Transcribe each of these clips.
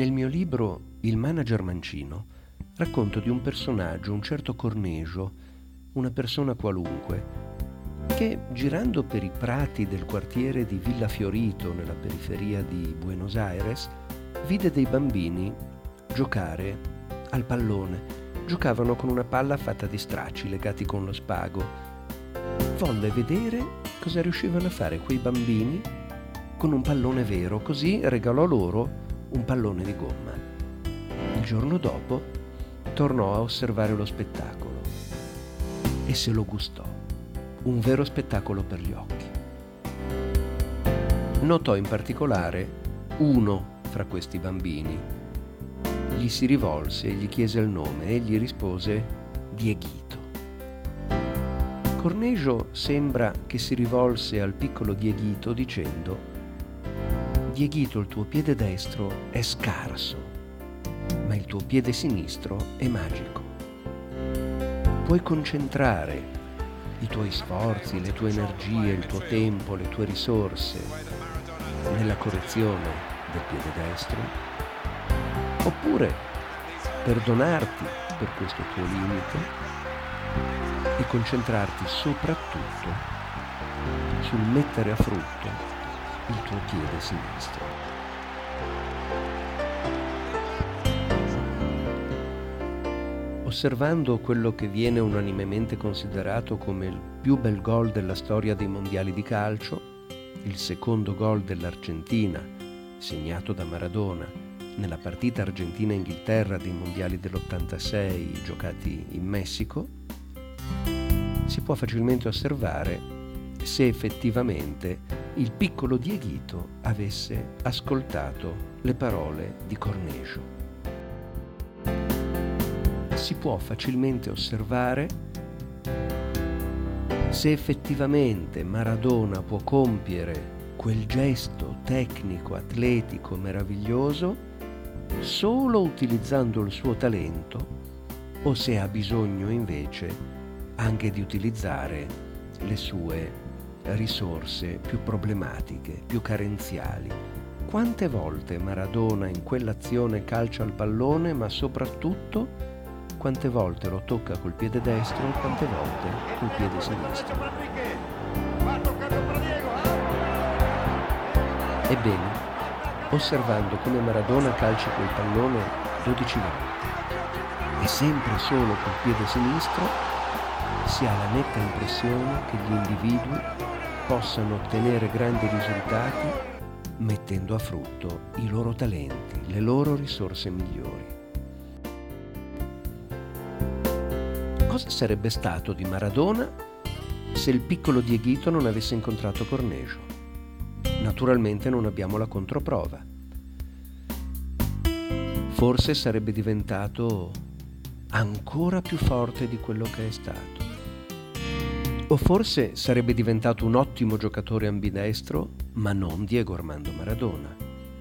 Nel mio libro Il manager mancino racconto di un personaggio, un certo Cornejo, una persona qualunque, che girando per i prati del quartiere di Villa Fiorito, nella periferia di Buenos Aires, vide dei bambini giocare al pallone. Giocavano con una palla fatta di stracci legati con lo spago. Volle vedere cosa riuscivano a fare quei bambini con un pallone vero, così regalò loro un pallone di gomma. Il giorno dopo tornò a osservare lo spettacolo e se lo gustò. Un vero spettacolo per gli occhi. Notò in particolare uno fra questi bambini. Gli si rivolse e gli chiese il nome e gli rispose Dieguito. Cornejo sembra che si rivolse al piccolo Dieguito dicendo: Dieguito, il tuo piede destro è scarso, ma il tuo piede sinistro è magico. Puoi concentrare i tuoi sforzi, le tue energie, il tuo tempo, le tue risorse nella correzione del piede destro, oppure perdonarti per questo tuo limite e concentrarti soprattutto sul mettere a frutto il tuo piede sinistro. Osservando quello che viene unanimemente considerato come il più bel gol della storia dei mondiali di calcio, il secondo gol dell'Argentina, segnato da Maradona nella partita Argentina-Inghilterra dei mondiali dell'86 giocati in Messico, si può facilmente osservare se effettivamente il piccolo Dieguito avesse ascoltato le parole di Cornejo. Si può facilmente osservare se effettivamente Maradona può compiere quel gesto tecnico, atletico, meraviglioso solo utilizzando il suo talento o se ha bisogno invece anche di utilizzare le sue risorse più problematiche, più carenziali. Quante volte Maradona in quell'azione calcia il pallone, ma soprattutto quante volte lo tocca col piede destro e quante volte col piede sinistro. Ebbene, osservando come Maradona calcia quel pallone 12 volte e sempre solo col piede sinistro, si ha la netta impressione che gli individui possano ottenere grandi risultati mettendo a frutto i loro talenti, le loro risorse migliori. Cosa sarebbe stato di Maradona se il piccolo Dieguito non avesse incontrato Cornejo? Naturalmente non abbiamo la controprova. Forse sarebbe diventato ancora più forte di quello che è stato. O forse sarebbe diventato un ottimo giocatore ambidestro, ma non Diego Armando Maradona.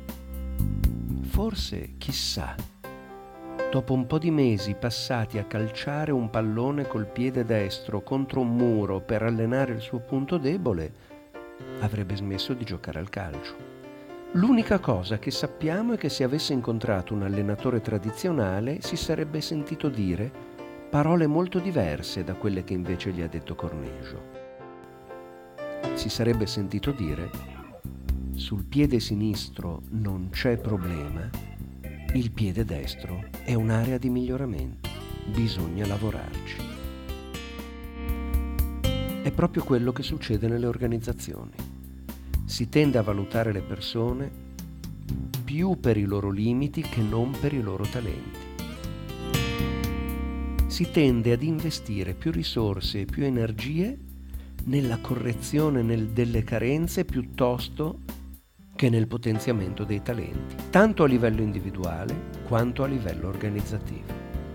Forse, chissà, dopo un po' di mesi passati a calciare un pallone col piede destro contro un muro per allenare il suo punto debole, avrebbe smesso di giocare al calcio. L'unica cosa che sappiamo è che se avesse incontrato un allenatore tradizionale si sarebbe sentito dire parole molto diverse da quelle che invece gli ha detto Cornejo. Si sarebbe sentito dire: sul piede sinistro non c'è problema, il piede destro è un'area di miglioramento, bisogna lavorarci. È proprio quello che succede nelle organizzazioni. Si tende a valutare le persone più per i loro limiti che non per i loro talenti. Si tende ad investire più risorse e più energie nella correzione delle carenze piuttosto che nel potenziamento dei talenti, tanto a livello individuale quanto a livello organizzativo.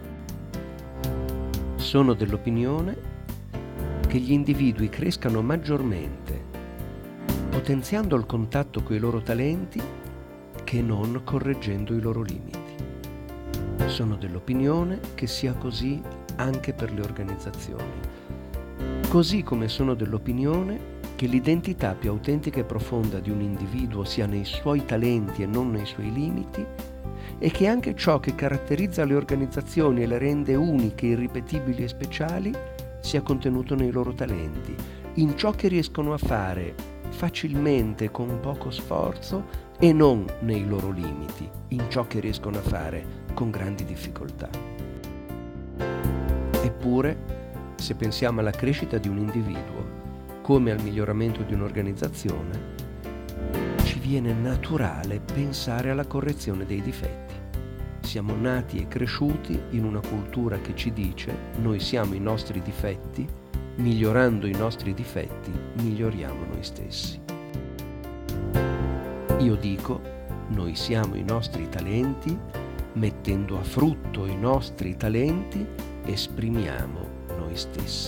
Sono dell'opinione che gli individui crescano maggiormente potenziando il contatto coi loro talenti che non correggendo i loro limiti. Sono dell'opinione che sia così anche per le organizzazioni, così come sono dell'opinione che l'identità più autentica e profonda di un individuo sia nei suoi talenti e non nei suoi limiti, e che anche ciò che caratterizza le organizzazioni e le rende uniche, irripetibili e speciali sia contenuto nei loro talenti, in ciò che riescono a fare facilmente con poco sforzo e non nei loro limiti, in ciò che riescono a fare con grandi difficoltà. Eppure, se pensiamo alla crescita di un individuo come al miglioramento di un'organizzazione, ci viene naturale pensare alla correzione dei difetti. Siamo nati e cresciuti in una cultura che ci dice: noi siamo i nostri difetti, migliorando i nostri difetti miglioriamo noi stessi. Io dico: noi siamo i nostri talenti, mettendo a frutto i nostri talenti esprimiamo noi stessi.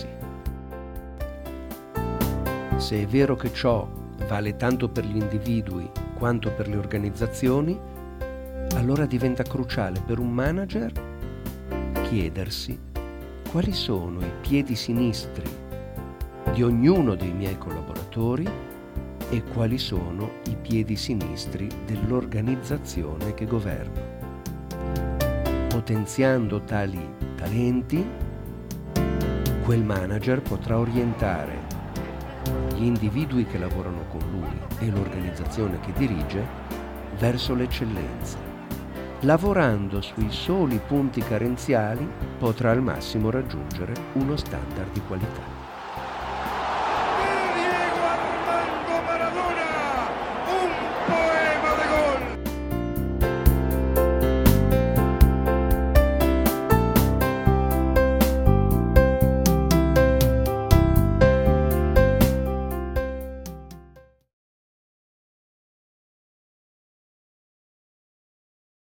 Se è vero che ciò vale tanto per gli individui quanto per le organizzazioni, allora diventa cruciale per un manager chiedersi quali sono i piedi sinistri di ognuno dei miei collaboratori e quali sono i piedi sinistri dell'organizzazione che governo. Potenziando tali talenti, quel manager potrà orientare gli individui che lavorano con lui e l'organizzazione che dirige verso l'eccellenza. Lavorando sui soli punti carenziali potrà al massimo raggiungere uno standard di qualità.